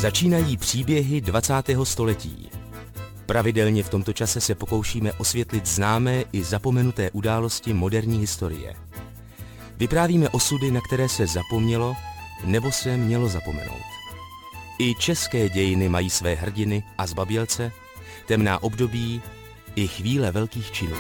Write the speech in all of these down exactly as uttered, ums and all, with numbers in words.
Začínají příběhy dvacátého století. Pravidelně v tomto čase se pokoušíme osvětlit známé i zapomenuté události moderní historie. Vyprávíme osudy, na které se zapomnělo nebo se mělo zapomenout. I české dějiny mají své hrdiny a zbabělce, temná období i chvíle velkých činů.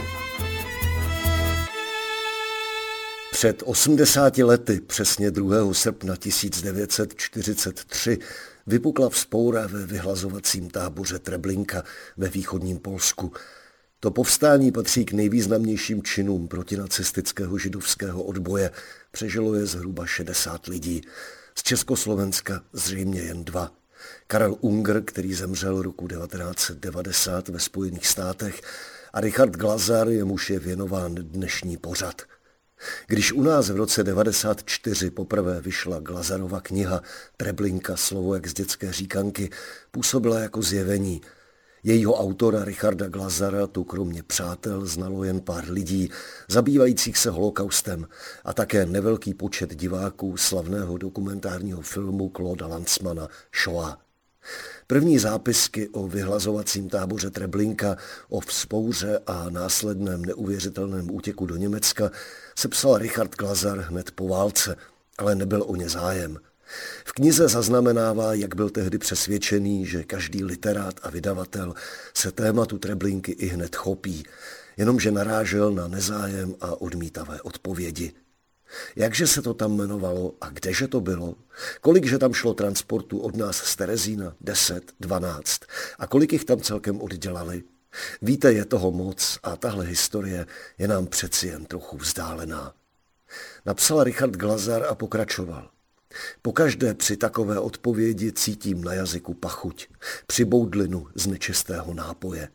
Před osmdesáti lety, přesně druhého srpna tisíc devět set čtyřicet tři, vypukla vzpoura ve vyhlazovacím táboře Treblinka ve východním Polsku. To povstání patří k nejvýznamnějším činům protinacistického židovského odboje. Přežilo je zhruba šedesát lidí. Z Československa zřejmě jen dva. Karel Unger, který zemřel roku devatenáct set devadesát ve Spojených státech, a Richard Glazar, jemuž je věnován dnešní pořad. Když u nás v roce devadesát čtyři poprvé vyšla Glazarova kniha Treblinka, slovo jak z dětské říkanky, působila jako zjevení. Jejího autora Richarda Glazara tu kromě přátel znalo jen pár lidí, zabývajících se holokaustem, a také nevelký počet diváků slavného dokumentárního filmu Clauda Lanzmana Shoah. První zápisky o vyhlazovacím táboře Treblinka, o vzpouře a následném neuvěřitelném útěku do Německa sepsal Richard Glazar hned po válce, ale nebyl o ně zájem. V knize zaznamenává, jak byl tehdy přesvědčený, že každý literát a vydavatel se tématu Treblinky i hned chopí, jenomže narážel na nezájem a odmítavé odpovědi. Jakže se to tam jmenovalo a kdeže to bylo? Kolikže tam šlo transportu od nás z Terezína? Deset, dvanáct. A kolik jich tam celkem oddělali? Víte, je toho moc a tahle historie je nám přeci jen trochu vzdálená. Napsal Richard Glazar a pokračoval. Pokaždé při takové odpovědi cítím na jazyku pachuť, přiboudlinu z nečistého nápoje.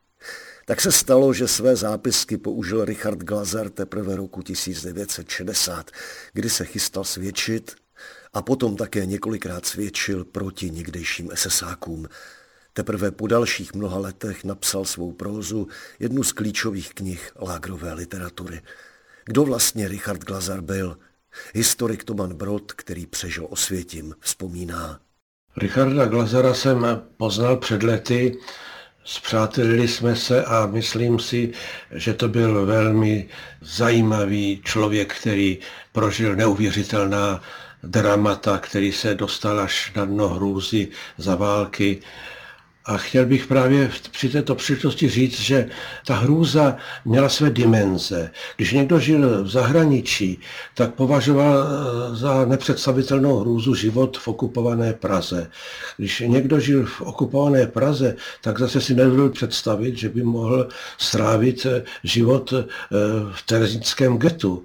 Tak se stalo, že své zápisky použil Richard Glazar teprve roku tisíc devět set šedesát, kdy se chystal svědčit a potom také několikrát svědčil proti někdejším esesákům. Teprve po dalších mnoha letech napsal svou prózu, jednu z klíčových knih lágrové literatury. Kdo vlastně Richard Glazar byl? Historik Toman Brod, který přežil Osvětim, vzpomíná. Richarda Glazara jsem poznal před lety, spřátelili jsme se a myslím si, že to byl velmi zajímavý člověk, který prožil neuvěřitelná dramata, který se dostal až na dno hrůzy za války. A chtěl bych právě při této příležitosti říct, že ta hrůza měla své dimenze. Když někdo žil v zahraničí, tak považoval za nepředstavitelnou hrůzu život v okupované Praze. Když někdo žil v okupované Praze, tak zase si nedovedl představit, že by mohl strávit život v terezínském ghettu.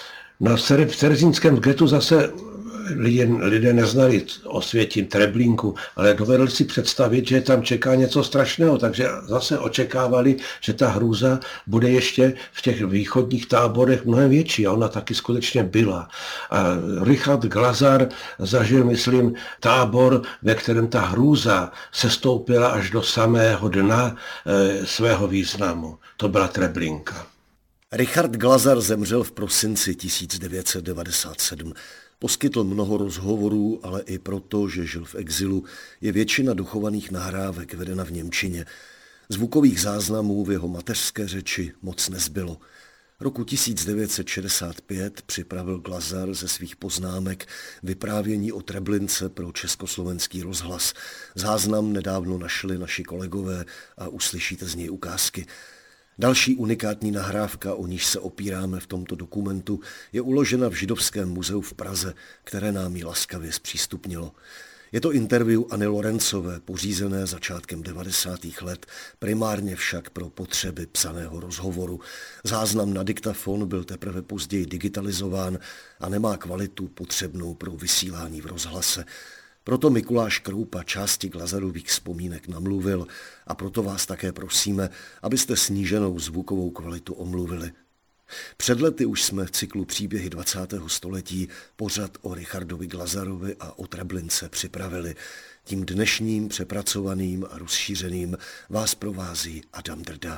Na v terezínském ghettu zase Lidé, lidé neznali Osvětim, Treblinku, ale dovedli si představit, že tam čeká něco strašného, takže zase očekávali, že ta hrůza bude ještě v těch východních táborech mnohem větší a ona taky skutečně byla. A Richard Glazar zažil, myslím, tábor, ve kterém ta hrůza sestoupila až do samého dna e, svého významu. To byla Treblinka. Richard Glazar zemřel v prosinci tisíc devět set devadesát sedm. Poskytl mnoho rozhovorů, ale i proto, že žil v exilu, je většina dochovaných nahrávek vedena v němčině. Zvukových záznamů v jeho mateřské řeči moc nezbylo. Roku tisíc devět set šedesát pět připravil Glazar ze svých poznámek vyprávění o Treblince pro Československý rozhlas. Záznam nedávno našli naši kolegové a uslyšíte z něj ukázky. Další unikátní nahrávka, o níž se opíráme v tomto dokumentu, je uložena v Židovském muzeu v Praze, které nám ji laskavě zpřístupnilo. Je to interview Anny Lorencové, pořízené začátkem devadesátých let, primárně však pro potřeby psaného rozhovoru. Záznam na diktafon byl teprve později digitalizován a nemá kvalitu potřebnou pro vysílání v rozhlase. Proto Mikuláš Kroupa části Glazarových vzpomínek namluvil a proto vás také prosíme, abyste sníženou zvukovou kvalitu omluvili. Před lety už jsme v cyklu Příběhy dvacátého století pořad o Richardovi Glazarovi a o Treblince připravili. Tím dnešním přepracovaným a rozšířeným vás provází Adam Drda.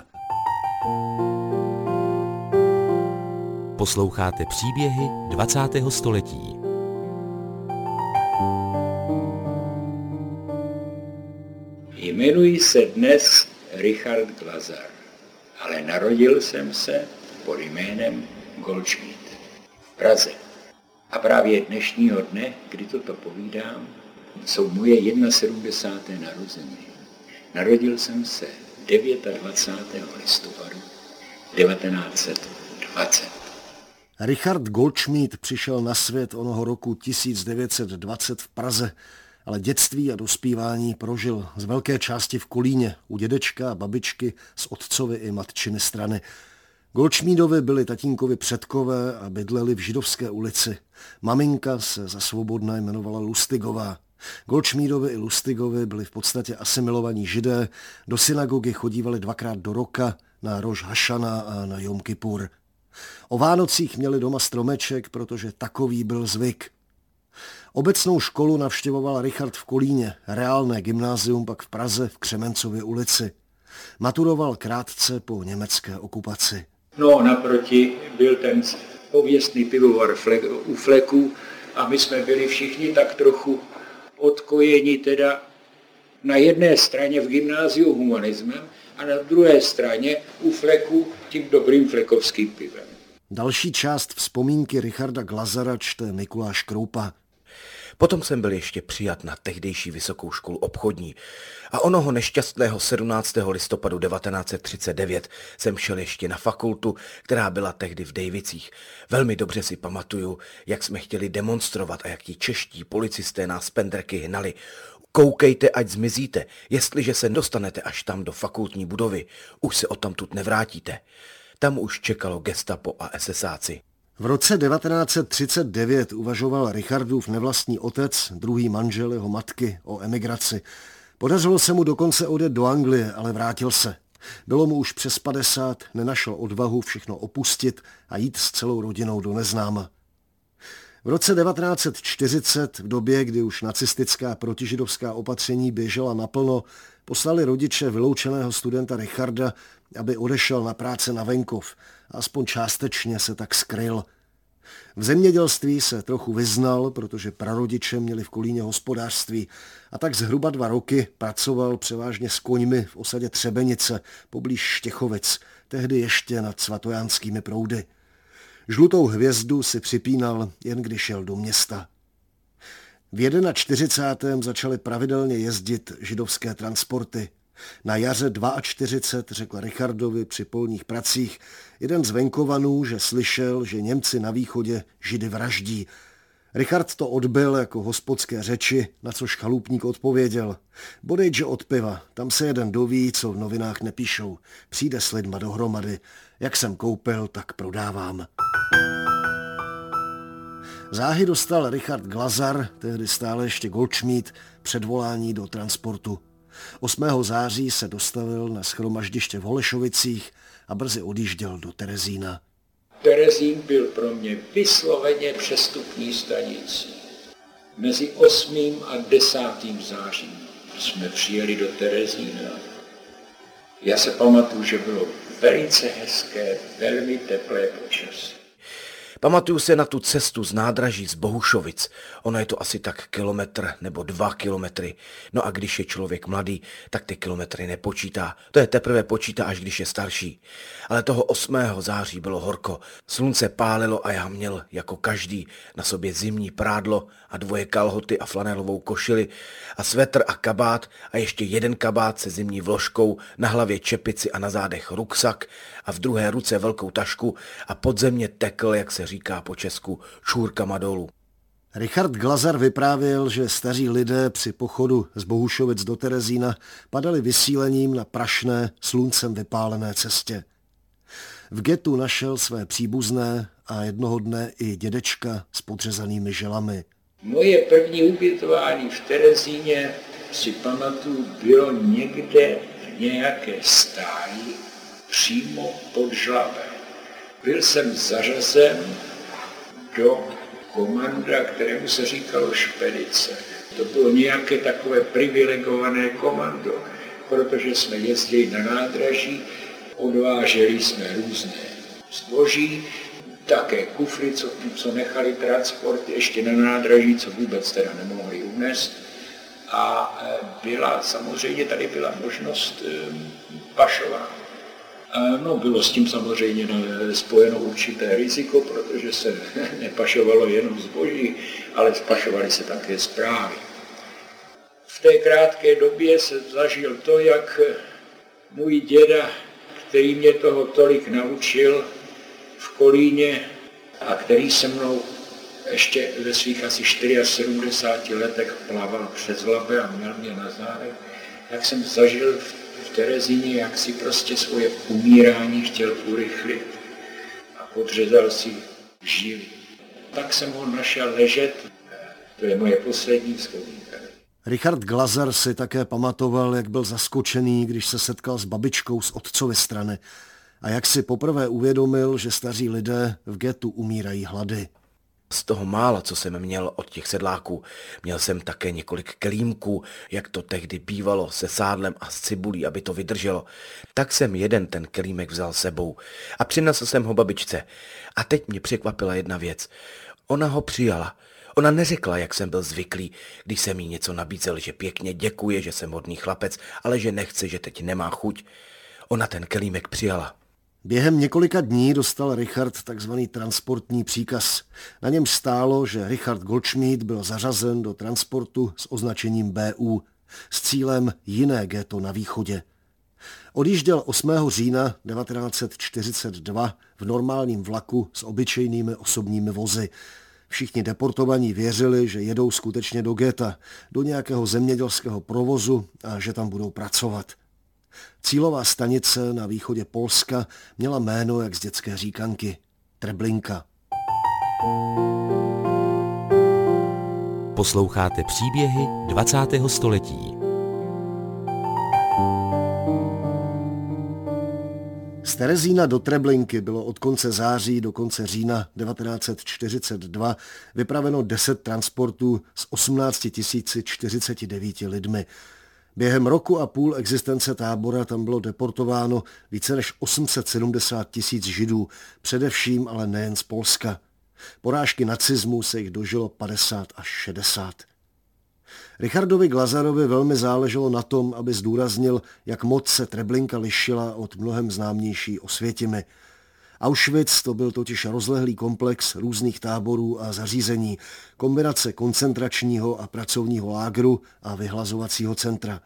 Posloucháte Příběhy dvacátého století. Jmenuji se dnes Richard Glazar, ale narodil jsem se pod jménem Goldschmidt v Praze. A právě dnešního dne, kdy toto povídám, jsou moje sedmdesátá narozeniny. Narodil jsem se dvacátého devátého listopadu devatenáct set dvacet. Richard Goldschmidt přišel na svět onoho roku tisíc devět set dvacet v Praze, ale dětství a dospívání prožil z velké části v Kolíně u dědečka a babičky z otcovy i matčiny strany. Goldschmidtovi byli tatínkovi předkové a bydleli v Židovské ulici. Maminka se za svobodné jmenovala Lustigová. Goldschmidtovi i Lustigovi byli v podstatě asimilovaní Židé, do synagogy chodívali dvakrát do roka, na Roš Hašana a na Jom Kipur. O Vánocích měli doma stromeček, protože takový byl zvyk. Obecnou školu navštěvoval Richard v Kolíně, reálné gymnázium pak v Praze v Křemencově ulici. Maturoval krátce po německé okupaci. No, naproti byl ten pověstný pivovar u Fleku a my jsme byli všichni tak trochu odkojeni teda na jedné straně v gymnáziu humanismem a na druhé straně u Fleku tím dobrým flekovským pivem. Další část vzpomínky Richarda Glazara čte Mikuláš Kroupa. Potom jsem byl ještě přijat na tehdejší vysokou školu obchodní a onoho nešťastného sedmnáctého listopadu devatenáct set třicet devět jsem šel ještě na fakultu, která byla tehdy v Dejvicích. Velmi dobře si pamatuju, jak jsme chtěli demonstrovat a jak ti čeští policisté nás pendreky hnali. Koukejte, ať zmizíte, jestliže se dostanete až tam do fakultní budovy, už se odtamtud nevrátíte. Tam už čekalo gestapo a esesáci. V roce devatenáct set třicet devět uvažoval Richardův nevlastní otec, druhý manžel jeho matky, o emigraci. Podařilo se mu dokonce odjet do Anglie, ale vrátil se. Bylo mu už přes padesát, nenašel odvahu všechno opustit a jít s celou rodinou do neznáma. V roce devatenáct set čtyřicet, v době, kdy už nacistická protižidovská opatření běžela naplno, poslali rodiče vyloučeného studenta Richarda, aby odešel na práce na venkov a aspoň částečně se tak skryl. V zemědělství se trochu vyznal, protože prarodiče měli v Kolíně hospodářství a tak zhruba dva roky pracoval převážně s koňmi v osadě Třebenice, poblíž Štěchovic, tehdy ještě nad svatojánskými proudy. Žlutou hvězdu si připínal, jen když šel do města. V čtyřicátém prvním začaly pravidelně jezdit židovské transporty. Na jaře čtyřicet dva řekl Richardovi při polních pracích jeden z venkovanů, že slyšel, že Němci na východě Židy vraždí. Richard to odbyl jako hospodské řeči, na což chalupník odpověděl: bodejže od piva, tam se jeden doví, co v novinách nepíšou. Přijde s lidma dohromady. Jak jsem koupil, tak prodávám. Záhy dostal Richard Glazar, tehdy stále ještě Goldschmidt, předvolání do transportu. osmého září se dostavil na shromaždiště v Holešovicích a brzy odjížděl do Terezína. Terezín byl pro mě vysloveně přestupní stanicí. Mezi osmým a desátým zářím jsme přijeli do Terezína. Já se pamatuju, že bylo velice hezké, velmi teplé počasí. Pamatuju se na tu cestu z nádraží z Bohušovic. Ono je to asi tak kilometr nebo dva kilometry. No a když je člověk mladý, tak ty kilometry nepočítá. To je teprve počítá, až když je starší. Ale toho osmého září bylo horko. Slunce pálilo a já měl, jako každý, na sobě zimní prádlo a dvoje kalhoty a flanelovou košili a svetr a kabát a ještě jeden kabát se zimní vložkou, na hlavě čepici a na zádech ruksak a v druhé ruce velkou tašku a podzemně tekl, jak se říká po česku, čůrkama dolů. Richard Glazar vyprávěl, že staří lidé při pochodu z Bohušovic do Terezína padali vysílením na prašné, sluncem vypálené cestě. V getu našel své příbuzné a jednoho dne i dědečka s podřezanými žilami. Moje první ubytování v Terezíně, si pamatuju, bylo někde v nějaké stáji přímo pod Žlabem. Byl jsem zařazen do komanda, kterému se říkalo Špedice. To bylo nějaké takové privilegované komando, protože jsme jezdili na nádraží, odváželi jsme různé zboží, také kufry, co, co nechali transport ještě na nádraží, co vůbec teda nemohli unést. a byla samozřejmě, tady byla možnost pašování. No, bylo s tím samozřejmě spojeno určité riziko, protože se nepašovalo jenom zboží, ale spašovaly se také zprávy. V té krátké době se zažil to, jak můj děda, který mě toho tolik naučil v Kolíně a který se mnou ještě ve svých asi sedmdesáti čtyřech letech plaval přes Labe a měl mě na zádech, jak jsem zažil v Terezíně, jak si prostě svoje umírání chtěl urychlit a podřezal si žíly. Tak jsem ho našel ležet, to je moje poslední vzpomínka. Richard Glaser si také pamatoval, jak byl zaskočený, když se setkal s babičkou z otcovy strany a jak si poprvé uvědomil, že staří lidé v ghettu umírají hlady. Z toho mála, co jsem měl od těch sedláků, měl jsem také několik kelímků, jak to tehdy bývalo, se sádlem a s cibulí, aby to vydrželo. Tak jsem jeden ten kelímek vzal sebou a přinesl jsem ho babičce. A teď mě překvapila jedna věc. Ona ho přijala. Ona neřekla, jak jsem byl zvyklý, když jsem jí něco nabízel, že pěkně děkuje, že jsem hodný chlapec, ale že nechce, že teď nemá chuť. Ona ten kelímek přijala. Během několika dní dostal Richard takzvaný transportní příkaz. Na něm stálo, že Richard Goldschmidt byl zařazen do transportu s označením B U s cílem jiné ghetto na východě. Odjížděl osmého října devatenáct set čtyřicet dva v normálním vlaku s obyčejnými osobními vozy. Všichni deportovaní věřili, že jedou skutečně do getta, do nějakého zemědělského provozu a že tam budou pracovat. Cílová stanice na východě Polska měla jméno jak z dětské říkanky – Treblinka. Posloucháte příběhy dvacátého století. Z Terezína do Treblinky bylo od konce září do konce října devatenáct set čtyřicet dva vypraveno deset transportů s osmnáct tisíc čtyřicet devět lidmi. Během roku a půl existence tábora tam bylo deportováno více než osm set sedmdesát tisíc Židů, především ale nejen z Polska. Porážky nacismu se jich dožilo padesát až šedesát. Richardovi Glaserovi velmi záleželo na tom, aby zdůraznil, jak moc se Treblinka lišila od mnohem známější Osvětimi. Auschwitz to byl totiž rozlehlý komplex různých táborů a zařízení, kombinace koncentračního a pracovního lágru a vyhlazovacího centra.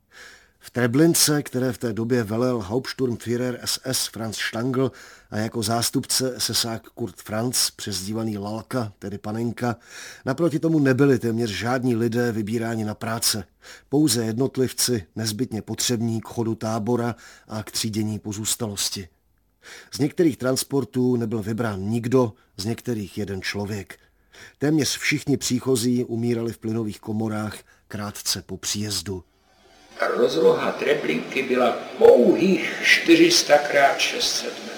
V Treblince, které v té době velel Hauptsturmführer S S Franz Stangl a jako zástupce esesák Kurt Franz, přezdívaný Lalka, tedy Panenka, naproti tomu nebyli téměř žádní lidé vybíráni na práce, pouze jednotlivci nezbytně potřební k chodu tábora a k třídění pozůstalosti. Z některých transportů nebyl vybrán nikdo, z některých jeden člověk. Téměř všichni příchozí umírali v plynových komorách krátce po příjezdu. Rozloha Treblinky byla pouhých čtyři sta krát šest set metrů.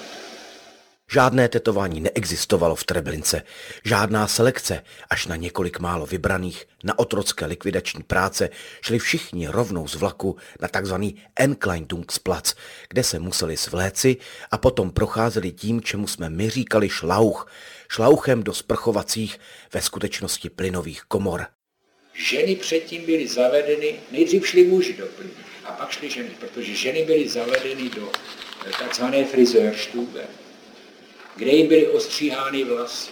Žádné tetování neexistovalo v Treblince, žádná selekce, až na několik málo vybraných na otrocké likvidační práce šli všichni rovnou z vlaku na takzvaný Enkleinungsplatz, kde se museli svléci a potom procházeli tím, čemu jsme my říkali šlauch, šlauchem do sprchovacích, ve skutečnosti plynových komor. Ženy předtím byly zavedeny, nejdřív šli muži do plynu a pak šly ženy, protože ženy byly zavedeny do takzvané Friseurstube, kde jim byly ostříhány vlasy.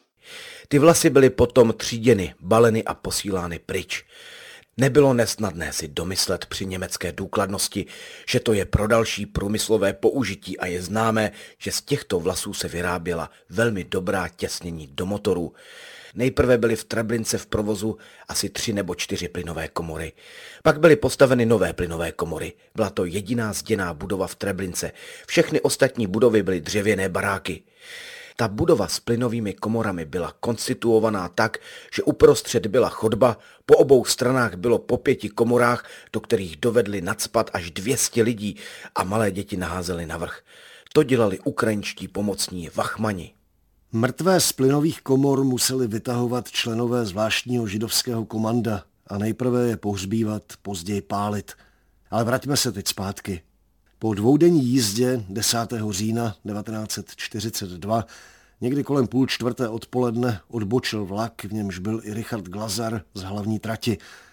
Ty vlasy byly potom tříděny, baleny a posílány pryč. Nebylo nesnadné si domyslet při německé důkladnosti, že to je pro další průmyslové použití a je známé, že z těchto vlasů se vyráběla velmi dobrá těsnění do motorů. Nejprve byly v Treblince v provozu asi tři nebo čtyři plynové komory. Pak byly postaveny nové plynové komory. Byla to jediná zděná budova v Treblince. Všechny ostatní budovy byly dřevěné baráky. Ta budova s plynovými komorami byla konstituovaná tak, že uprostřed byla chodba, po obou stranách bylo po pěti komorách, do kterých dovedli nacpat až dvě stě lidí a malé děti naházely navrch. To dělali ukrajinští pomocní vachmani. Mrtvé z plynových komor museli vytahovat členové zvláštního židovského komanda a nejprve je pohřbívat, později pálit. Ale vraťme se teď zpátky. Po dvoudenní jízdě desátého října devatenáct set čtyřicet dva někdy kolem půl čtvrté odpoledne odbočil vlak, v němž byl i Richard Glaser z hlavní trati.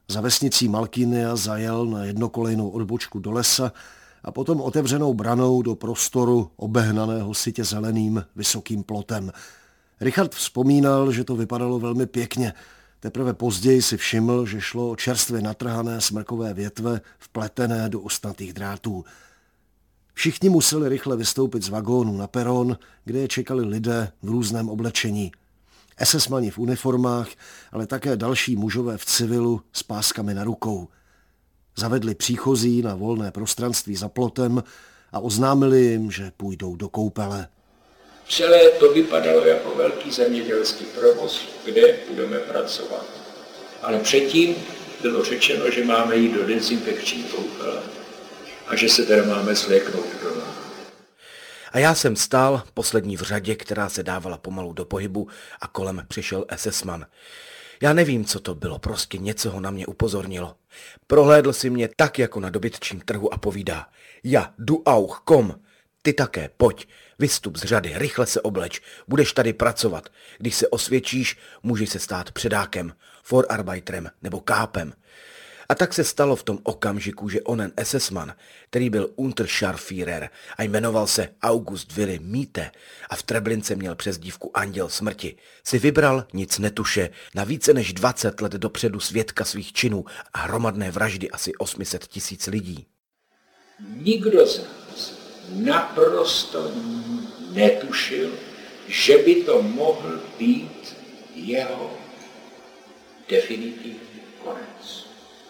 Za vesnicí Malkynia zajel na jednokolejnou odbočku do lesa a potom otevřenou branou do prostoru obehnaného sytě zeleným vysokým plotem. Richard vzpomínal, že to vypadalo velmi pěkně. Teprve později si všiml, že šlo o čerstvě natrhané smrkové větve vpletené do ostnatých drátů. Všichni museli rychle vystoupit z vagónu na peron, kde je čekali lidé v různém oblečení. esesmani v uniformách, ale také další mužové v civilu s páskami na rukou. Zavedli příchozí na volné prostranství za plotem a oznámili jim, že půjdou do koupele. Celé to vypadalo jako velký zemědělský provoz, kde budeme pracovat. Ale předtím bylo řečeno, že máme jít do dezinfekční koupele a že se teda máme svléknout doma. A já jsem stál poslední v řadě, která se dávala pomalu do pohybu a kolem přišel esesman. Já nevím, co to bylo, prostě něco ho na mě upozornilo. Prohlédl si mě tak jako na dobytčím trhu a povídá: ja, du auch, kom, ty také, pojď, vystup z řady, rychle se obleč, budeš tady pracovat. Když se osvědčíš, můžeš se stát předákem, Vorarbeiterem nebo kápem. A tak se stalo v tom okamžiku, že onen esesman, který byl Unterscharführer a jmenoval se August Willy Miete a v Treblince měl přezdívku Anděl smrti, si vybral nic netuše na více než dvacet let dopředu svědka svých činů a hromadné vraždy asi osm set tisíc lidí. Nikdo z nás naprosto netušil, že by to mohl být jeho definitivní konec.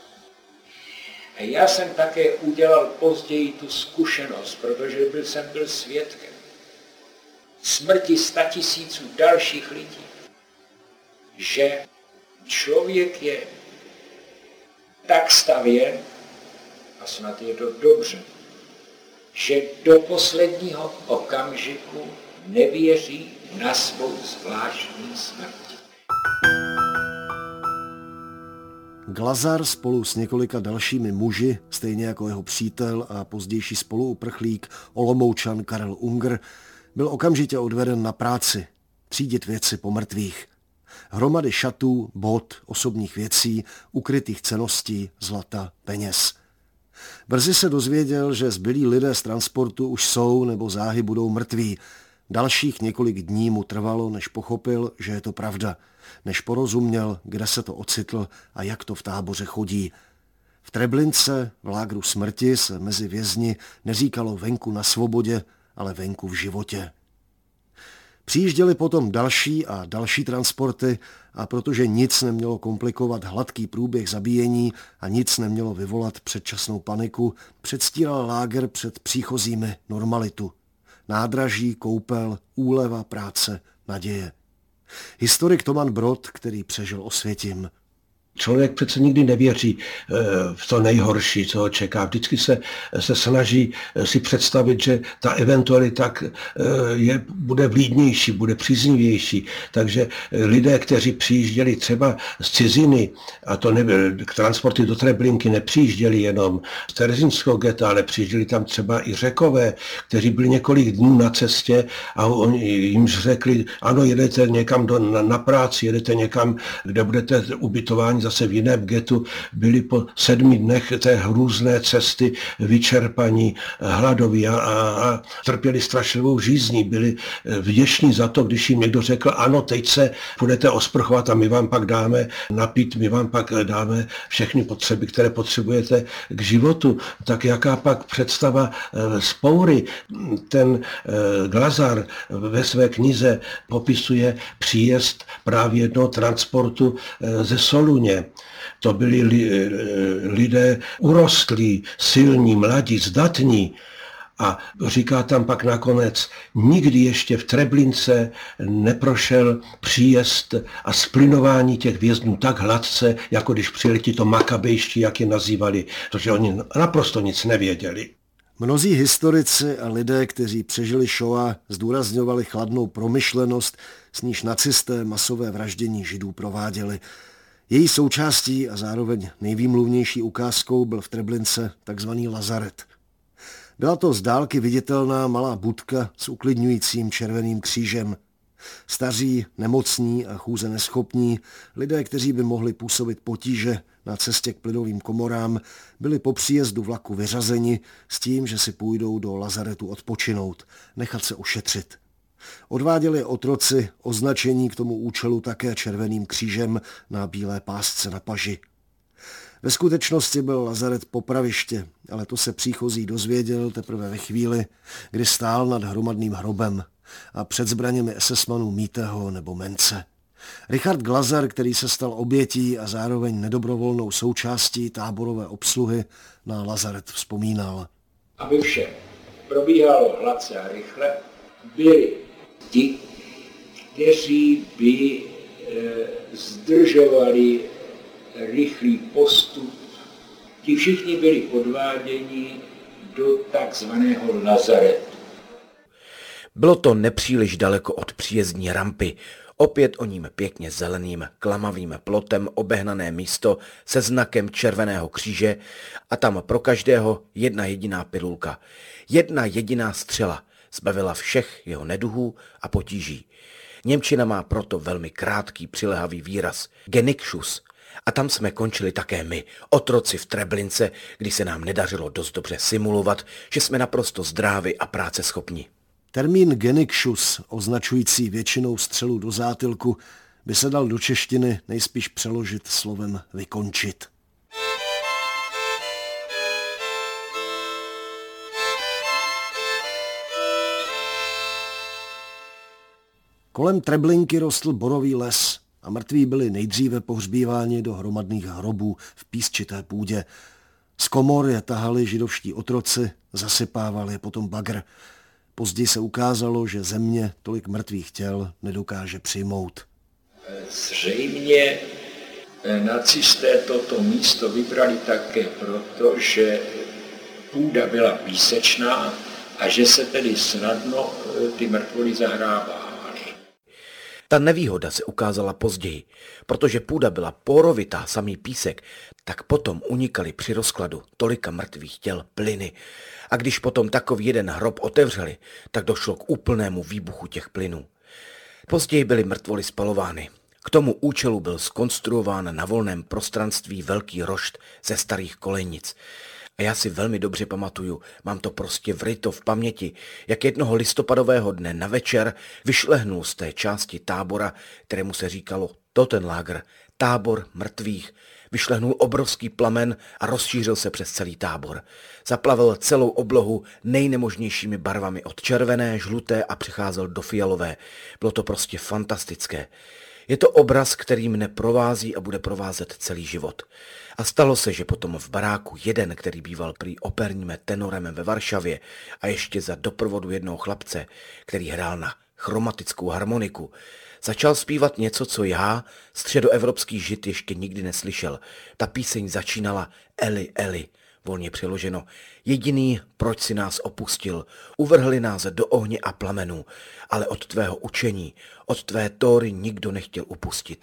A já jsem také udělal později tu zkušenost, protože byl jsem byl svědkem smrti statisíců dalších lidí, že člověk je tak stavěn, a snad je to dobře, že do posledního okamžiku nevěří na svou zvláštní smrt. Glazar spolu s několika dalšími muži, stejně jako jeho přítel a pozdější spoluuprchlík Olomoučan Karel Unger, byl okamžitě odveden na práci, třídit věci po mrtvých. Hromady šatů, bot, osobních věcí, ukrytých cenností, zlata, peněz. Brzy se dozvěděl, že zbylí lidé z transportu už jsou nebo záhy budou mrtví. Dalších několik dní mu trvalo, než pochopil, že je to pravda, než porozuměl, kde se to ocitl a jak to v táboře chodí. V Treblince, v lágru smrti, se mezi vězni neříkalo venku na svobodě, ale venku v životě. Přijížděly potom další a další transporty a protože nic nemělo komplikovat hladký průběh zabíjení a nic nemělo vyvolat předčasnou paniku, předstíral láger před příchozími normalitu. Nádraží, koupel, úleva, práce, naděje. Historik Toman Brod, který přežil Osvětim. Člověk přece nikdy nevěří v to nejhorší, co ho čeká. Vždycky se, se snaží si představit, že ta eventualita je, bude vlídnější, bude příznivější. Takže lidé, kteří přijížděli třeba z ciziny, a to nebyl, transporty do Treblinky nepřijížděli jenom z Terezínského geta, ale přijížděli tam třeba i Řekové, kteří byli několik dnů na cestě a oni jim řekli, ano, jedete někam do, na, na práci, jedete někam, kde budete ubytováni zase v jiném getu, byli po sedmi dnech té hrůzné cesty vyčerpaní, hladoví a, a, a trpěli strašlivou žízní. Byli vděční za to, když jim někdo řekl, ano, teď se budete osprchovat a my vám pak dáme napít, my vám pak dáme všechny potřeby, které potřebujete k životu. Tak jaká pak představa Spoury? Ten Glazar ve své knize popisuje příjezd právě jednoho transportu ze Soluně. To byli li, lidé urostlí, silní, mladí, zdatní. A říká tam pak nakonec, nikdy ještě v Treblince neprošel příjezd a splinování těch vězňů tak hladce, jako když přijeli tito makabejští, jak je nazývali, protože oni naprosto nic nevěděli. Mnozí historici a lidé, kteří přežili Shoah, zdůrazňovali chladnou promyšlenost, s níž nacisté masové vraždění Židů prováděli. Její součástí a zároveň nejvýmluvnější ukázkou byl v Treblince takzvaný lazaret. Byla to z dálky viditelná malá budka s uklidňujícím červeným křížem. Staří, nemocní a chůze neschopní, lidé, kteří by mohli působit potíže na cestě k plynovým komorám, byli po příjezdu vlaku vyřazeni s tím, že si půjdou do lazaretu odpočinout, nechat se ošetřit. Odváděli otroci označení k tomu účelu také červeným křížem na bílé pásce na paži. Ve skutečnosti byl lazaret popraviště, ale to se příchozí dozvěděl teprve ve chvíli, kdy stál nad hromadným hrobem a před zbraněmi esesmanů Mítého nebo Mence. Richard Glaser, který se stal obětí a zároveň nedobrovolnou součástí táborové obsluhy, na lazaret vzpomínal. Aby vše probíhalo hladce a rychle, byli ti, kteří by e, zdržovali rychlý postup. Ti všichni byli odváděni do takzvaného lazaretu. Bylo to nepříliš daleko od příjezdní rampy, opět o ním pěkně zeleným, klamavým plotem obehnané místo se znakem červeného kříže a tam pro každého jedna jediná pilulka, jedna jediná střela zbavila všech jeho neduhů a potíží. Němčina má proto velmi krátký přilehavý výraz Genickschuss. A tam jsme končili také my, otroci v Treblince, kdy se nám nedařilo dost dobře simulovat, že jsme naprosto zdraví a práceschopní. Termín Genickschuss, označující většinou střelu do zátylku, by se dal do češtiny nejspíš přeložit slovem vykončit. Kolem Treblinky rostl borový les a mrtví byli nejdříve pohřbíváni do hromadných hrobů v písčité půdě. Z komor je tahali židovští otroci, zasypávali je potom bagr. Později se ukázalo, že země tolik mrtvých těl nedokáže přijmout. Zřejmě nacisté toto místo vybrali také proto, že půda byla písečná a že se tedy snadno ty mrtvoly zahrávaly. Ta nevýhoda se ukázala později, protože půda byla porovitá, samý písek, tak potom unikaly při rozkladu tolika mrtvých těl plyny. A když potom takový jeden hrob otevřeli, tak došlo k úplnému výbuchu těch plynů. Později byly mrtvoly spalovány. K tomu účelu byl zkonstruován na volném prostranství velký rošt ze starých kolejnic. A já si velmi dobře pamatuju, mám to prostě vryto v paměti, jak jednoho listopadového dne na večer vyšlehnul z té části tábora, kterému se říkalo Totenlager, tábor mrtvých, vyšlehnul obrovský plamen a rozšířil se přes celý tábor. Zaplavil celou oblohu nejnemožnějšími barvami od červené, žluté a přecházel do fialové. Bylo to prostě fantastické. Je to obraz, který mne provází a bude provázet celý život. A stalo se, že potom v baráku jeden, který býval prý operním tenorem ve Varšavě a ještě za doprovodu jednoho chlapce, který hrál na chromatickou harmoniku, začal zpívat něco, co já, středoevropský žid, ještě nikdy neslyšel. Ta píseň začínala Eli, Eli, volně přeloženo. Jediný, proč si nás opustil, uvrhli nás do ohně a plamenů, ale od tvého učení, od tvé Tóry nikdo nechtěl upustit.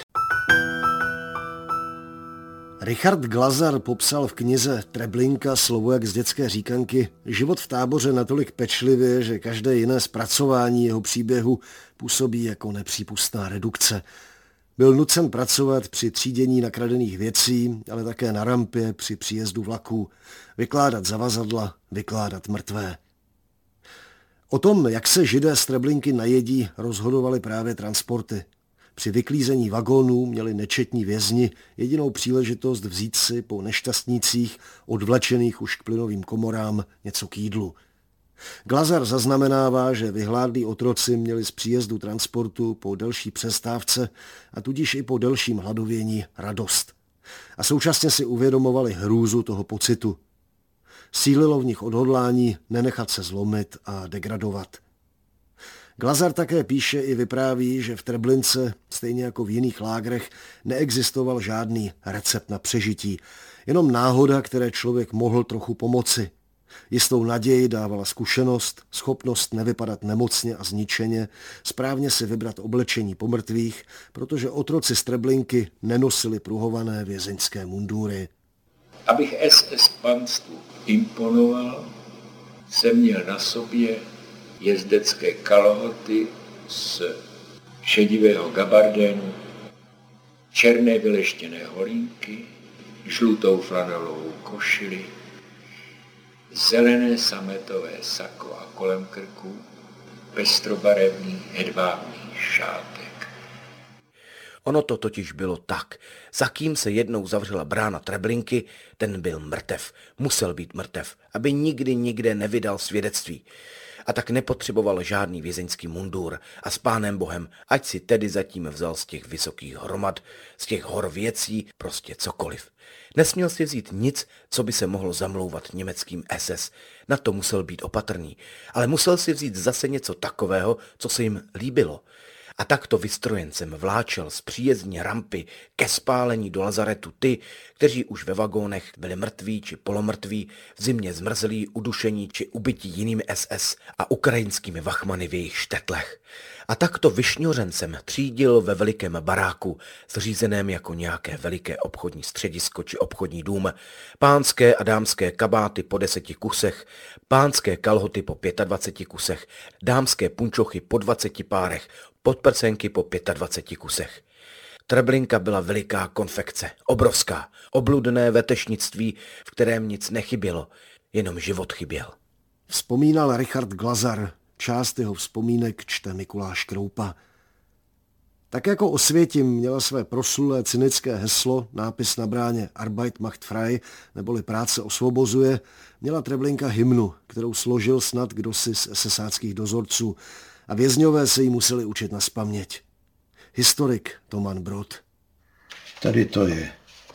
Richard Glaser popsal v knize Treblinka slovo jak z dětské říkanky život v táboře natolik pečlivě, že každé jiné zpracování jeho příběhu působí jako nepřípustná redukce. Byl nucen pracovat při třídění nakradených věcí, ale také na rampě při příjezdu vlaků, vykládat zavazadla, vykládat mrtvé. O tom, jak se Židé z Treblinky najedí, rozhodovaly právě transporty. Při vyklízení vagónů měli nečetní vězni jedinou příležitost vzít si po nešťastnících, odvlečených už k plynovým komorám, něco k jídlu. Glaser zaznamenává, že vyhládlí otroci měli z příjezdu transportu po delší přestávce a tudíž i po delším hladovění radost. A současně si uvědomovali hrůzu toho pocitu. Sílilo v nich odhodlání nenechat se zlomit a degradovat. Glaser také píše i vypráví, že v Treblince, stejně jako v jiných lágrech, neexistoval žádný recept na přežití, jenom náhoda, které člověk mohl trochu pomoci. Jistou naději dávala zkušenost, schopnost nevypadat nemocně a zničeně, správně si vybrat oblečení pomrtvých, protože otroci z Treblinky nenosili pruhované vězeňské mundury. Abych es es panstvu imponoval, jsem měl na sobě jezdecké kalhoty s šedivého gabardénu, černé vyleštěné holínky, žlutou flanelovou košili, zelené sametové sako a kolem krku pestrobarevný hedvábný šátek. Ono to totiž bylo tak. Za kým se jednou zavřela brána Treblinky, ten byl mrtev. Musel být mrtev, aby nikdy nikde nevydal svědectví. A tak nepotřeboval žádný vězeňský mundur a s Pánem Bohem, ať si tedy zatím vzal z těch vysokých hromad, z těch hor věcí, prostě cokoliv. Nesměl si vzít nic, co by se mohlo zamlouvat německým S S. Na to musel být opatrný, ale musel si vzít zase něco takového, co se jim líbilo. A takto vystrojencem vláčel z příjezdní rampy ke spálení do lazaretu ty, kteří už ve vagónech byli mrtví či polomrtví, v zimě zmrzlí, udušení či ubití jinými S S a ukrajinskými vachmany v jejich štetlech. A takto vyšňořencem třídil ve velikém baráku, zřízeném jako nějaké veliké obchodní středisko či obchodní dům, pánské a dámské kabáty po deseti kusech, pánské kalhoty po dvaceti pěti kusech, dámské punčochy po dvaceti párech, podprsenky po dvaceti pěti kusech. Treblinka byla veliká konfekce, obrovská, obludné vetešnictví, v kterém nic nechybělo, jenom život chyběl. Vzpomínal Richard Glazar, část jeho vzpomínek čte Mikuláš Kroupa. Tak jako Osvětim měla své proslulé cynické heslo, nápis na bráně Arbeit macht frei, neboli práce osvobozuje, měla Treblinka hymnu, kterou složil snad kdosi z esesáckých dozorců a vězňové se jí museli učit nazpaměť. Historik Toman Brod. Tady to je.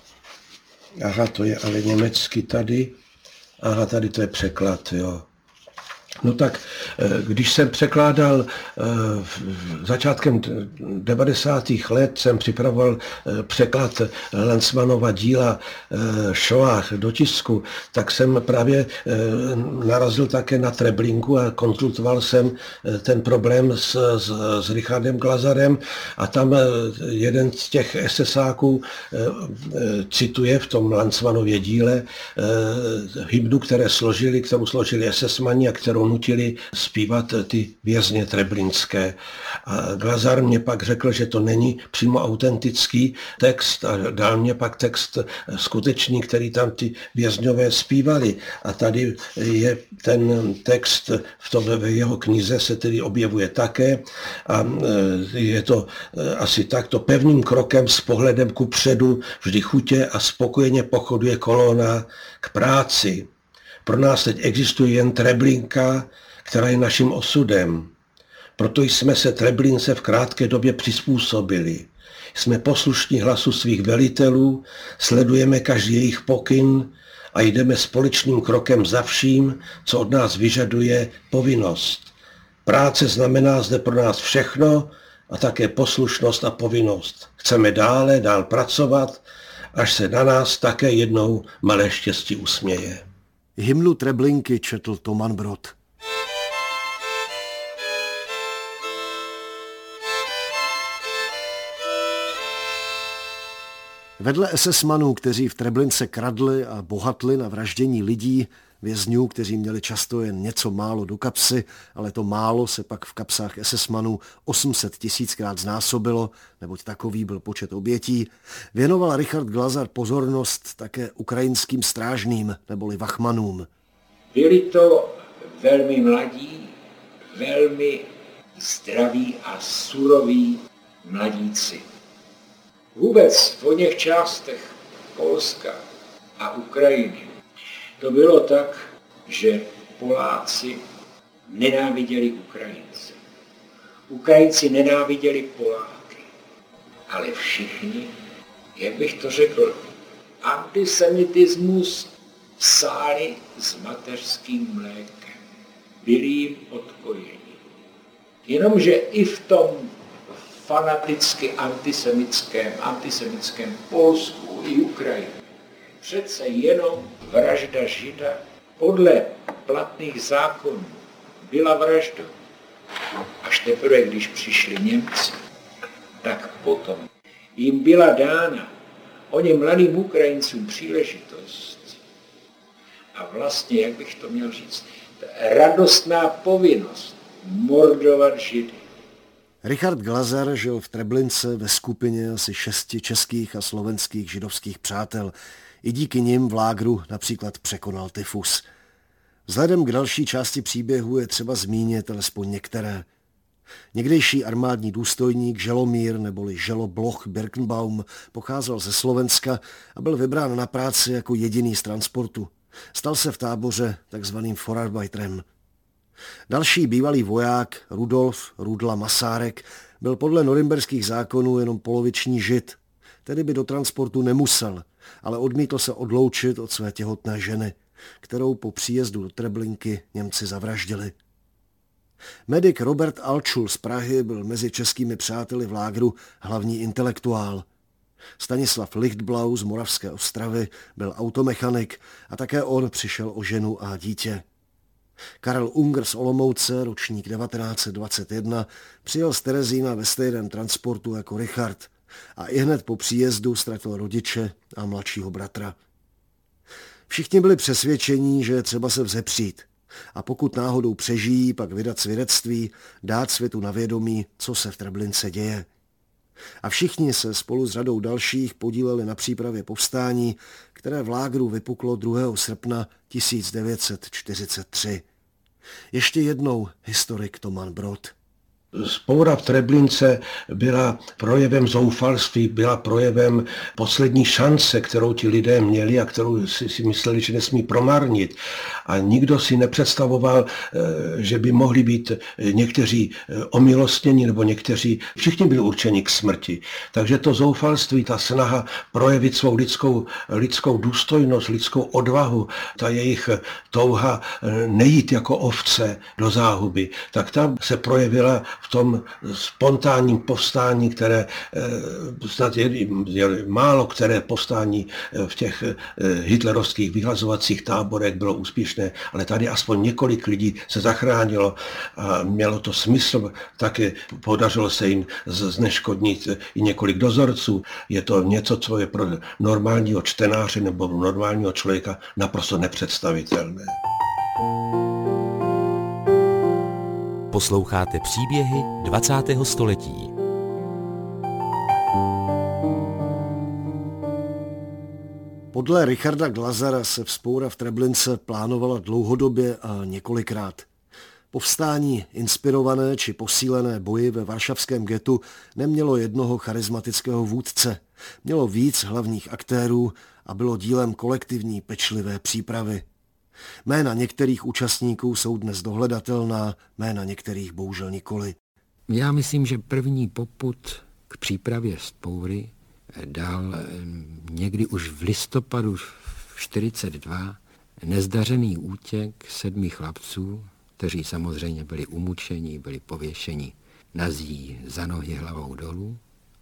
Aha, to je ale německy tady. Aha, tady to je překlad, jo. No tak, když jsem překládal začátkem devadesátých let, jsem připravoval překlad Lanzmannova díla Šoách do tisku, tak jsem právě narazil také na Treblinku a konzultoval jsem ten problém s, s, s Richardem Glazarem a tam jeden z těch esesáků cituje v tom Lanzmannově díle hymnu, které složili, kterou složili esesmani a kterou nutili zpívat ty vězně treblinské. A Glazar mě pak řekl, že to není přímo autentický text a dal mě pak text skutečný, který tam ty vězňové zpívali. A tady je ten text v tom v jeho knize se tedy objevuje také a je to asi takto: pevným krokem s pohledem ku předu vždy chutě a spokojeně pochoduje kolona k práci. Pro nás teď existuje jen Treblinka, která je naším osudem. Proto jsme se Treblince v krátké době přizpůsobili. Jsme poslušní hlasu svých velitelů, sledujeme každý jejich pokyn a jdeme společným krokem za vším, co od nás vyžaduje povinnost. Práce znamená zde pro nás všechno a také poslušnost a povinnost. Chceme dále, dál pracovat, až se na nás také jednou malé štěstí usměje. Hymnu Treblinky četl Toman Brod. Vedle esesmanů, kteří v Treblince kradli a bohatli na vraždění lidí, vězňů, kteří měli často jen něco málo do kapsy, ale to málo se pak v kapsách esesmanů osm set tisíckrát znásobilo, neboť takový byl počet obětí, věnoval Richard Glazar pozornost také ukrajinským strážným neboli vachmanům. Byli to velmi mladí, velmi zdraví a suroví mladíci. Vůbec v oněch částech Polska a Ukrajiny to bylo tak, že Poláci nenáviděli Ukrajince. Ukrajinci nenáviděli Poláky. Ale všichni, jak bych to řekl, antisemitismus psáli s mateřským mlékem. Byli jim odpojeni. Jenomže i v tom fanaticky antisemickém, antisemickém Polsku i Ukrajině přece jenom vražda Žida podle platných zákonů byla vraždou. Až teprve, když přišli Němci, tak potom jim byla dána oněm mladým Ukrajincům příležitost a vlastně, jak bych to měl říct, radostná povinnost mordovat Židy. Richard Glaser žil v Treblince ve skupině asi šesti českých a slovenských židovských přátel. I díky nim v lágru například překonal tyfus. Vzhledem k další části příběhu je třeba zmínit alespoň některé. Někdejší armádní důstojník Želomír neboli Želo Bloch Birkenbaum pocházel ze Slovenska a byl vybrán na práci jako jediný z transportu. Stal se v táboře takzvaným Vorarbeiterem. Další bývalý voják Rudolf Rudla Masárek byl podle norimberských zákonů jenom poloviční žid, tedy by do transportu nemusel, ale odmítl se odloučit od své těhotné ženy, kterou po příjezdu do Treblinky Němci zavraždili. Medik Robert Alčul z Prahy byl mezi českými přáteli v lágru hlavní intelektuál. Stanislav Lichtblau z Moravské Ostravy byl automechanik a také on přišel o ženu a dítě. Karel Unger z Olomouce, ročník devatenáct set dvacet jedna, přijel z Terezína ve stejném transportu jako Richard a ihned po příjezdu ztratil rodiče a mladšího bratra. Všichni byli přesvědčení, že je třeba se vzepřít a pokud náhodou přežijí, pak vydat svědectví, dát světu na vědomí, co se v Treblince děje. A všichni se spolu s řadou dalších podíleli na přípravě povstání, které v lágru vypuklo druhého srpna tisíc devět set čtyřicet tři. Ještě jednou historik Toman Brod. Vzpoura v Treblince byla projevem zoufalství, byla projevem poslední šance, kterou ti lidé měli a kterou si, si mysleli, že nesmí promarnit. A nikdo si nepředstavoval, že by mohli být někteří omilostněni nebo někteří, všichni byli určeni k smrti. Takže to zoufalství, ta snaha projevit svou lidskou, lidskou důstojnost, lidskou odvahu, ta jejich touha nejít jako ovce do záhuby, tak tam se projevila v tom spontánním povstání, které snad je, je málo které povstání v těch hitlerovských vyhlazovacích táborech bylo úspěšné, ale tady aspoň několik lidí se zachránilo a mělo to smysl, také podařilo se jim zneškodnit i několik dozorců. Je to něco, co je pro normálního čtenáře nebo normálního člověka naprosto nepředstavitelné. Posloucháte příběhy dvacátého století. Podle Richarda Glazera se vzpoura v Treblince plánovala dlouhodobě a několikrát. Povstání inspirované či posílené boji ve varšavském getu nemělo jednoho charismatického vůdce. Mělo víc hlavních aktérů a bylo dílem kolektivní pečlivé přípravy. Jména některých účastníků jsou dnes dohledatelná, jména některých bohužel nikoli. Já myslím, že první popud k přípravě vzpoury dal někdy už v listopadu čtyřicet dva nezdařený útěk sedmi chlapců, kteří samozřejmě byli umučeni, byli pověšeni na zí za nohy hlavou dolů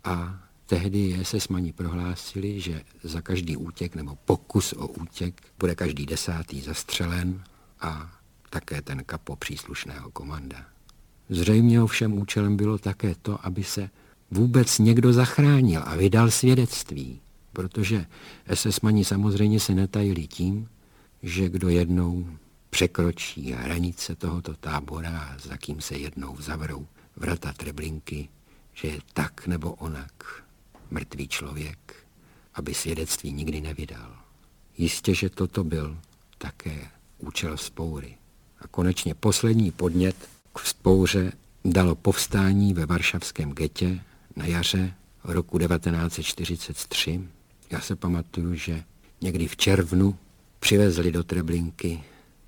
a tehdy esesmani prohlásili, že za každý útěk nebo pokus o útěk bude každý desátý zastřelen a také ten kapo příslušného komanda. Zřejmě ovšem účelem bylo také to, aby se vůbec někdo zachránil a vydal svědectví, protože esesmani samozřejmě se netajili tím, že kdo jednou překročí hranice tohoto tábora a za kým se jednou zavřou vrata Treblinky, že je tak nebo onak mrtvý člověk, aby svědectví nikdy nevydal. Jistě, že toto byl také účel vzpoury. A konečně poslední podnět k vzpouře dalo povstání ve varšavském getě na jaře roku devatenáct set čtyřicet tři. Já se pamatuju, že někdy v červnu přivezli do Treblinky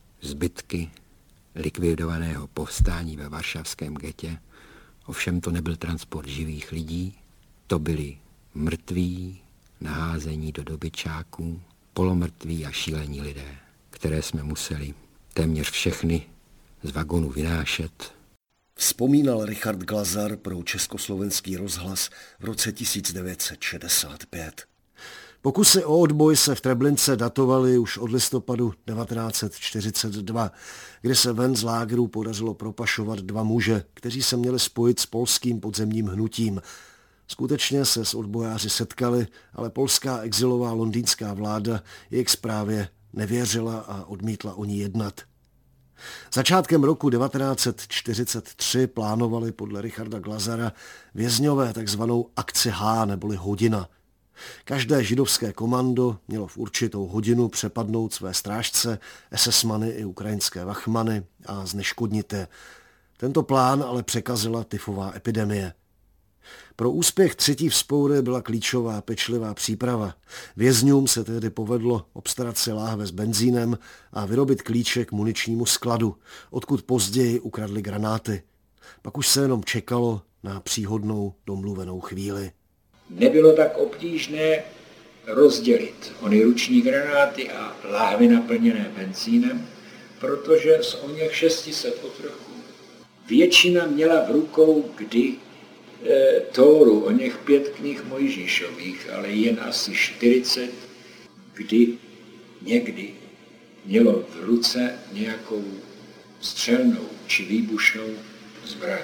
zbytky likvidovaného povstání ve varšavském getě. Ovšem to nebyl transport živých lidí, to byli mrtví, naházení do dobyčáků, polomrtví a šílení lidé, které jsme museli téměř všechny z vagonu vynášet. Vzpomínal Richard Glaser pro Československý rozhlas v roce tisíc devět set šedesát pět. Pokusy o odboj se v Treblince datovaly už od listopadu devatenáct set čtyřicet dva, kdy se ven z lágru podařilo propašovat dva muže, kteří se měli spojit s polským podzemním hnutím. Skutečně se s odbojáři setkali, ale polská exilová londýnská vláda jejich zprávě nevěřila a odmítla o ní jednat. Začátkem roku devatenáct set čtyřicet tři plánovali podle Richarda Glazara vězňové takzvanou akci H neboli hodina. Každé židovské komando mělo v určitou hodinu přepadnout své strážce, esesmany i ukrajinské vachmany a zneškodnit je. Tento plán ale překazila tyfová epidemie. Pro úspěch třetí vzpoury byla klíčová pečlivá příprava. Vězňům se tehdy povedlo obstarat si láhve s benzínem a vyrobit klíče k muničnímu skladu, odkud později ukradli granáty. Pak už se jenom čekalo na příhodnou domluvenou chvíli. Nebylo tak obtížné rozdělit ony ruční granáty a láhvy naplněné benzínem, protože z oněch šest set otroků většina měla v rukou kdy e, Tóru, oněch pět knih Mojžíšových, ale jen asi čtyřicet, kdy někdy mělo v ruce nějakou střelnou či výbušnou zbraň.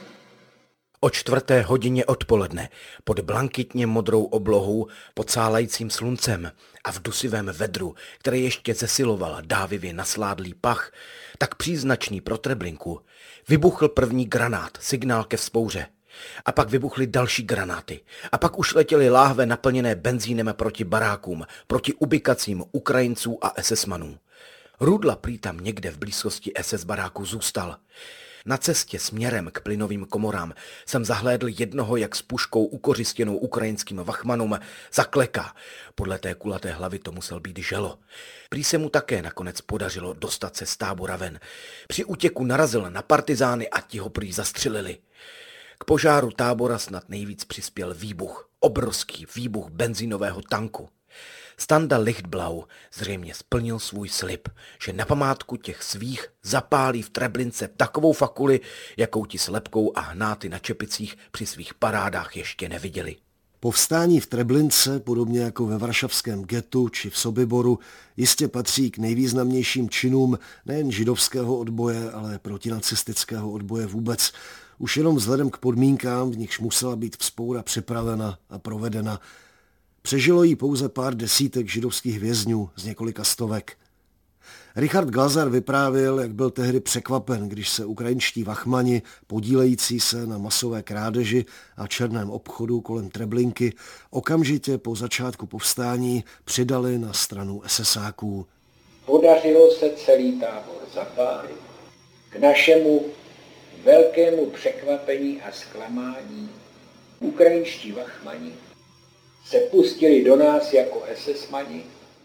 O čtvrté hodině odpoledne, pod blankitně modrou oblohou, pod sálajícím sluncem a v dusivém vedru, které ještě zesiloval dávivě nasládlý pach, tak příznačný pro Treblinku, vybuchl první granát, signál ke vzpouře. A pak vybuchly další granáty. A pak už letěly láhve naplněné benzínem proti barákům, proti ubikacím Ukrajinců a esesmanů. Rudla prý tam někde v blízkosti es es baráku zůstal. Na cestě směrem k plynovým komorám jsem zahlédl jednoho, jak s puškou ukořistěnou ukrajinským vachmanům zakleká. Podle té kulaté hlavy to musel být želo. Prý se mu také nakonec podařilo dostat se z tábora ven. Při útěku narazil na partizány a ti ho prý zastřelili. K požáru tábora snad nejvíc přispěl výbuch, obrovský výbuch benzínového tanku. Standa Lichtblau zřejmě splnil svůj slib, že na památku těch svých zapálí v Treblince takovou fakuli, jakou ti s lebkou a hnáty na čepicích při svých parádách ještě neviděli. Povstání v Treblince, podobně jako ve varšavském getu či v Sobiboru, jistě patří k nejvýznamnějším činům nejen židovského odboje, ale protinacistického odboje vůbec. Už jenom vzhledem k podmínkám, v nichž musela být vzpoura připravena a provedena. Přežilo jí pouze pár desítek židovských vězňů z několika stovek. Richard Glazar vyprávěl, jak byl tehdy překvapen, když se ukrajinští vachmani, podílející se na masové krádeži a černém obchodu kolem Treblinky, okamžitě po začátku povstání přidali na stranu esesáků. Podařilo se celý tábor zapálit. K našemu velkému překvapení a zklamání ukrajinští vachmani se pustili do nás jako esesmani.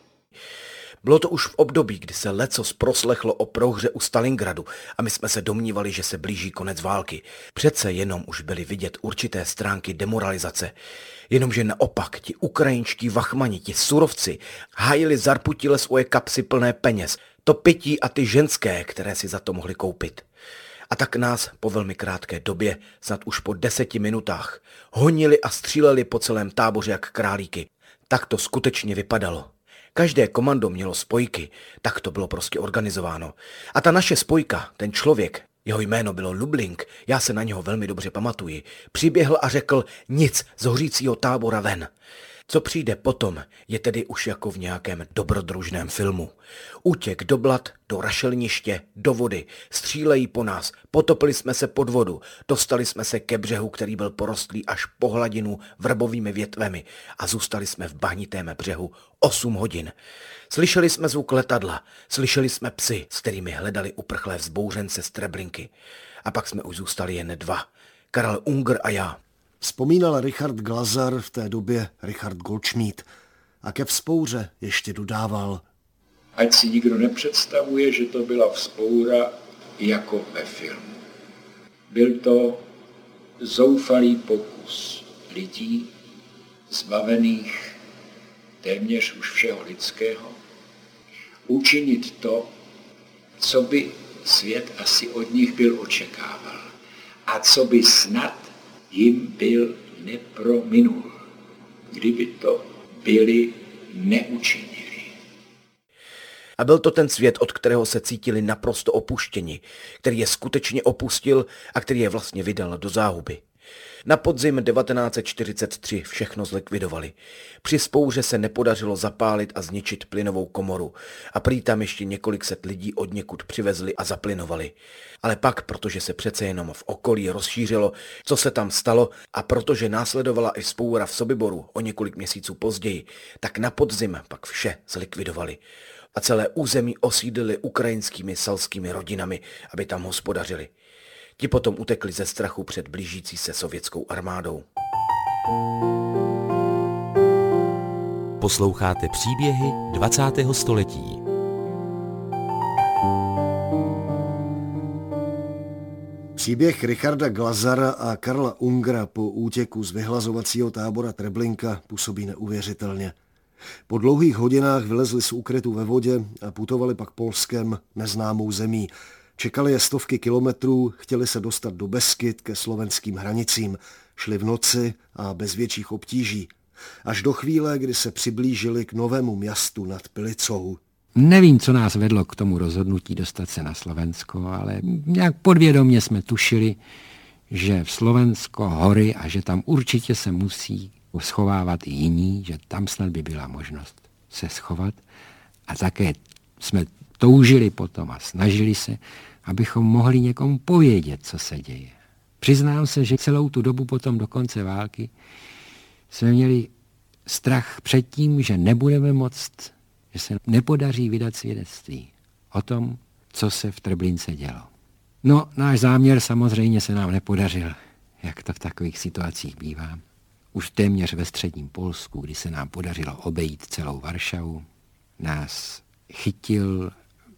Bylo to už v období, kdy se lecos proslechlo o prohře u Stalingradu a my jsme se domnívali, že se blíží konec války. Přece jenom už byly vidět určité stránky demoralizace. Jenomže naopak ti ukrajinští vachmani, ti surovci, hájili zarputile svoje kapsy plné peněz, to pití a ty ženské, které si za to mohli koupit. A tak nás po velmi krátké době, snad už po deseti minutách, honili a stříleli po celém táboře jak králíky. Tak to skutečně vypadalo. Každé komando mělo spojky, tak to bylo prostě organizováno. A ta naše spojka, ten člověk, jeho jméno bylo Lublink, já se na něho velmi dobře pamatuji, přiběhl a řekl nic z hořícího tábora ven. Co přijde potom, je tedy už jako v nějakém dobrodružném filmu. Útěk do blat, do rašelniště, do vody, střílejí po nás, potopili jsme se pod vodu, dostali jsme se ke břehu, který byl porostlý až po hladinu vrbovými větvemi a zůstali jsme v bahnitém břehu osm hodin. Slyšeli jsme zvuk letadla, slyšeli jsme psy, s kterými hledali uprchlé vzbouřence z Treblinky. A pak jsme už zůstali jen dva, Karel Unger a já. Vzpomínal Richard Glazar, v té době Richard Goldschmidt, a ke vzpouře ještě dodával. Ať si nikdo nepředstavuje, že to byla vzpoura jako ve filmu. Byl to zoufalý pokus lidí, zbavených téměř už všeho lidského, učinit to, co by svět asi od nich byl očekával a co by snad jim byl neprominul, kdyby to byli neučinili. A byl to ten svět, od kterého se cítili naprosto opuštěni, který je skutečně opustil a který je vlastně vydal do záhuby. Na podzim devatenáct set čtyřicet tři všechno zlikvidovali. Při vzpouře se nepodařilo zapálit a zničit plynovou komoru a prý tam ještě několik set lidí odněkud přivezli a zaplynovali. Ale pak, protože se přece jenom v okolí rozšířilo, co se tam stalo, a protože následovala i vzpoura v Sobiboru o několik měsíců později, tak na podzim pak vše zlikvidovali a celé území osídlili ukrajinskými selskými rodinami, aby tam hospodařili. Ti potom utekli ze strachu před blížící se sovětskou armádou. Posloucháte příběhy dvacátého století. Příběh Richarda Glazara a Karla Ungera po útěku z vyhlazovacího tábora Treblinka působí neuvěřitelně. Po dlouhých hodinách vylezli z úkrytu ve vodě a putovali pak Polskem, neznámou zemí. Čekali je stovky kilometrů, chtěli se dostat do Beskyd ke slovenským hranicím. Šli v noci a bez větších obtíží. Až do chvíle, kdy se přiblížili k novému městu nad Pilicou. Nevím, co nás vedlo k tomu rozhodnutí dostat se na Slovensko, ale nějak podvědomě jsme tušili, že v Slovensko hory a že tam určitě se musí schovávat i jiní, že tam snad by byla možnost se schovat. A také jsme toužili potom a snažili se, abychom mohli někomu povědět, co se děje. Přiznám se, že celou tu dobu potom do konce války jsme měli strach před tím, že nebudeme moct, že se nepodaří vydat svědectví o tom, co se v Treblince dělo. No, náš záměr samozřejmě se nám nepodařil, jak to v takových situacích bývá. Už téměř ve středním Polsku, kdy se nám podařilo obejít celou Varšavu, nás chytil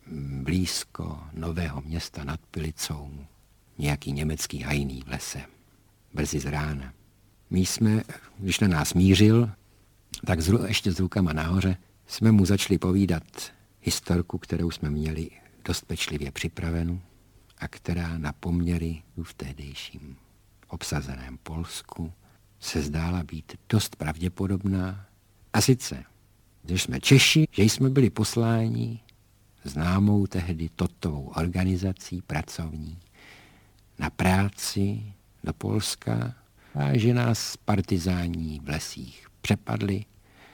blízko nového města nad Pilicou nějaký německý hajný v lese. Brzy z rána. My jsme, když na nás mířil, tak zru, ještě s rukama nahoře, jsme mu začali povídat historku, kterou jsme měli dost pečlivě připravenou a která na poměry v tehdejším obsazeném Polsku se zdála být dost pravděpodobná. A sice, že jsme Češi, že jsme byli posláni známou tehdy Totovou organizací pracovní na práci do Polska a že nás partizáni v lesích přepadli,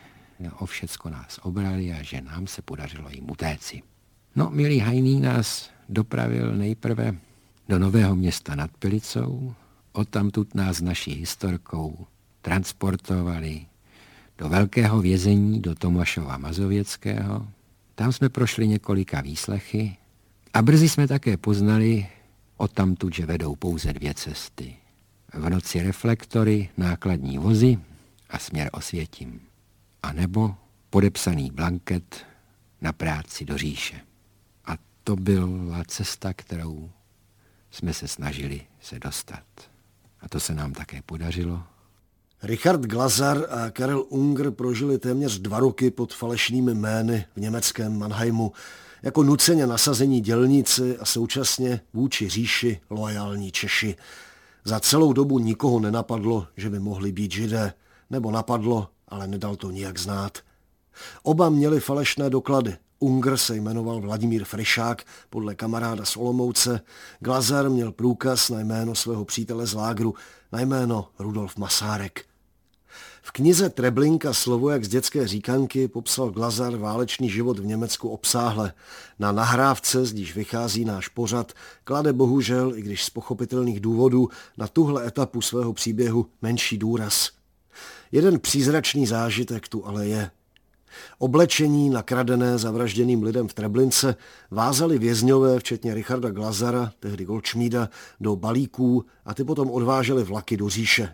o všecko nás obrali a že nám se podařilo jim utéci. No, milý hajný nás dopravil nejprve do nového města nad Pilicou, odtamtud nás s naší historkou transportovali do velkého vězení do Tomášova Mazověckého. Tam jsme prošli několika výslechy a brzy jsme také poznali odtamtud, že vedou pouze dvě cesty. V noci reflektory, nákladní vozy a směr Osvětim. A nebo podepsaný blanket na práci do říše. A to byla cesta, kterou jsme se snažili se dostat. A to se nám také podařilo. Richard Glazar a Karel Unger prožili téměř dva roky pod falešnými jmény v německém Mannheimu jako nuceně nasazení dělníci a současně vůči říši loajální Češi. Za celou dobu nikoho nenapadlo, že by mohli být Židé, nebo napadlo, ale nedal to nijak znát. Oba měli falešné doklady. Unger se jmenoval Vladimír Frišák podle kamaráda z Olomouce, Glazar měl průkaz na jméno svého přítele z lágru, na jméno Rudolf Masárek. V knize Treblinka slovo jak z dětské říkanky popsal Glazar válečný život v Německu obsáhle. Na nahrávce, z níž vychází náš pořad, klade bohužel, i když z pochopitelných důvodů, na tuhle etapu svého příběhu menší důraz. Jeden přízračný zážitek tu ale je. Oblečení nakradené zavražděným lidem v Treblince vázali vězňové, včetně Richarda Glazara, tehdy Goldschmieda, do balíků a ty potom odváželi vlaky do říše.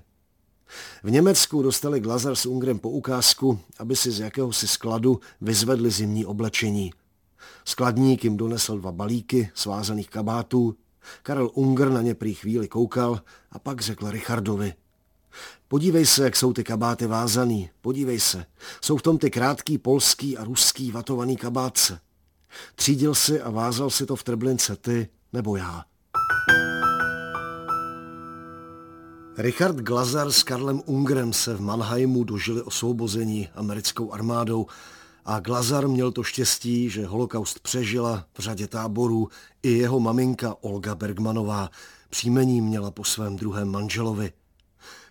V Německu dostali Glazar s Ungerem poukázku, aby si z jakéhosi skladu vyzvedli zimní oblečení. Skladník jim donesl dva balíky svázaných kabátů, Karel Unger na ně prý chvíli koukal a pak řekl Richardovi: podívej se, jak jsou ty kabáty vázaný, podívej se, jsou v tom ty krátký polský a ruský vatovaný kabátce. Třídil si a vázal si to v Treblince ty nebo já. Richard Glazar s Karlem Ungerem se v Mannheimu dožili osvobození americkou armádou a Glazar měl to štěstí, že holokaust přežila v řadě táborů i jeho maminka Olga Bergmanová, příjmení měla po svém druhém manželovi.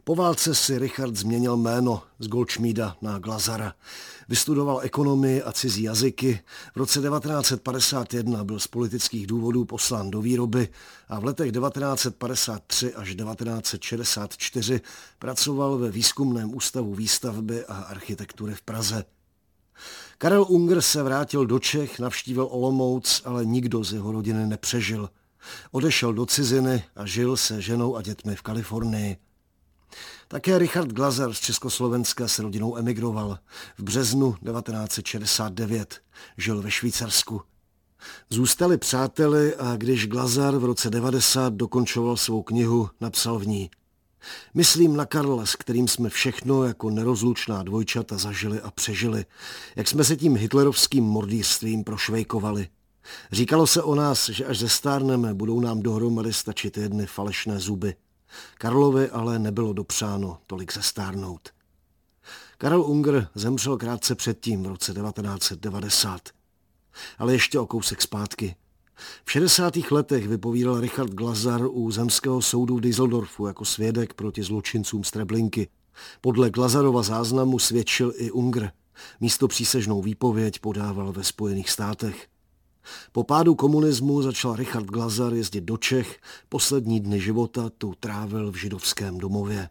Po válce si Richard změnil jméno z Goldschmieda na Glazara. Vystudoval ekonomii a cizí jazyky. V roce devatenáct set padesát jedna byl z politických důvodů poslán do výroby a v letech devatenáct set padesát tři až devatenáct set šedesát čtyři pracoval ve Výzkumném ústavu výstavby a architektury v Praze. Karel Unger se vrátil do Čech, navštívil Olomouc, ale nikdo z jeho rodiny nepřežil. Odešel do ciziny a žil se ženou a dětmi v Kalifornii. Také Richard Glazar z Československa s rodinou emigroval. V březnu devatenáct set šedesát devět žil ve Švýcarsku. Zůstali přáteli a když Glazar v roce devadesát dokončoval svou knihu, napsal v ní: Myslím na Karla, s kterým jsme všechno jako nerozlučná dvojčata zažili a přežili, jak jsme se tím hitlerovským mordýrstvím prošvejkovali. Říkalo se o nás, že až zestárneme, budou nám dohromady stačit jedny falešné zuby. Karlovi ale nebylo dopřáno tolik zestárnout. Karel Unger zemřel krátce předtím, v roce devatenáct set devadesát. Ale ještě o kousek zpátky. V šedesátých letech vypovídal Richard Glazar u zemského soudu v Düsseldorfu jako svědek proti zločincům z Treblinky. Podle Glazarova záznamu svědčil i Unger. Místo přísežnou výpověď podával ve Spojených státech. Po pádu komunismu začal Richard Glazar jezdit do Čech, poslední dny života tu trávil v židovském domově.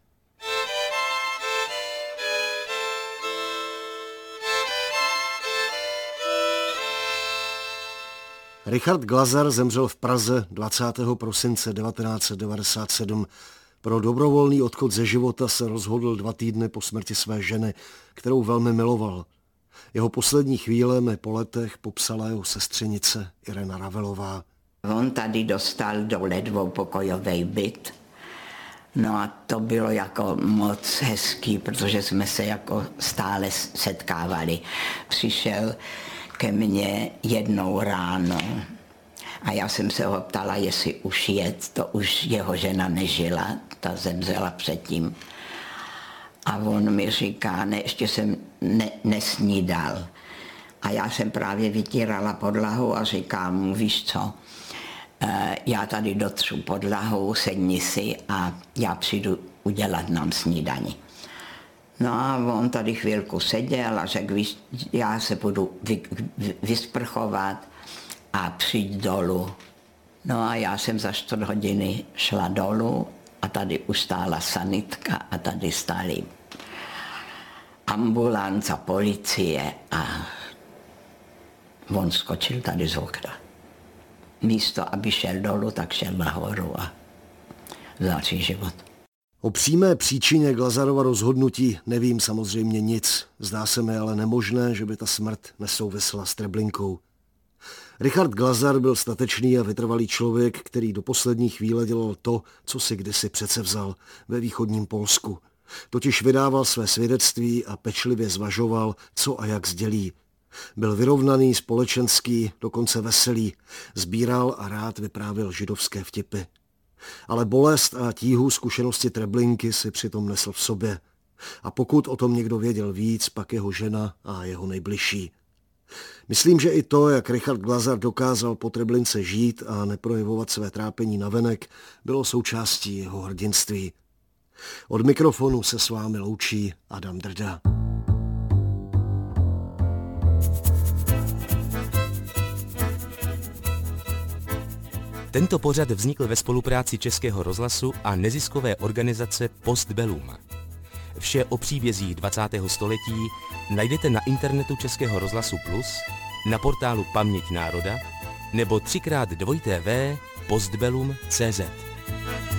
Richard Glazar zemřel v Praze dvacátého prosince devatenáct set devadesát sedm. Pro dobrovolný odchod ze života se rozhodl dva týdny po smrti své ženy, kterou velmi miloval. Jeho poslední chvíle mi po letech popsala jeho sestřenice Irena Ravelová. On tady dostal dole dvoupokojový byt. No a to bylo jako moc hezký, protože jsme se jako stále setkávali. Přišel ke mně jednou ráno a já jsem se ho ptala, jestli už je, to už jeho žena nežila, ta zemřela předtím. A on mi říká, ne, ještě jsem ne, nesnídal. A já jsem právě vytírala podlahu a říkám mu, víš co, e, já tady dotřu podlahu, sedni si a já přijdu udělat nám snídani. No a on tady chvilku seděl a řekl, víš, já se budu vy, vy, vysprchovat a přijď dolů. No a já jsem za čtvrt hodiny šla dolů a tady už stála sanitka a tady stály ambulance a policie a on skočil tady z okna. Místo, aby šel dolů, tak šel nahoru a vzal si život. O přímé příčině Glazarova rozhodnutí nevím samozřejmě nic. Zdá se mi ale nemožné, že by ta smrt nesouvisela s Treblinkou. Richard Glazar byl statečný a vytrvalý člověk, který do poslední chvíle dělal to, co si kdysi předsevzal ve východním Polsku. Totiž vydával své svědectví a pečlivě zvažoval, co a jak sdělí. Byl vyrovnaný, společenský, dokonce veselý, sbíral a rád vyprávěl židovské vtipy. Ale bolest a tíhu zkušenosti Treblinky si přitom nesl v sobě. A pokud o tom někdo věděl víc, pak jeho žena a jeho nejbližší. Myslím, že i to, jak Richard Glazar dokázal po Treblince žít a neprojevovat své trápení navenek, bylo součástí jeho hrdinství. Od mikrofonu se s vámi loučí Adam Drda. Tento pořad vznikl ve spolupráci Českého rozhlasu a neziskové organizace Postbellum. Vše o příbězích dvacátého století najdete na internetu Českého rozhlasu Plus, na portálu Paměť národa nebo třikrát dvojité v postbellum tečka cé zet.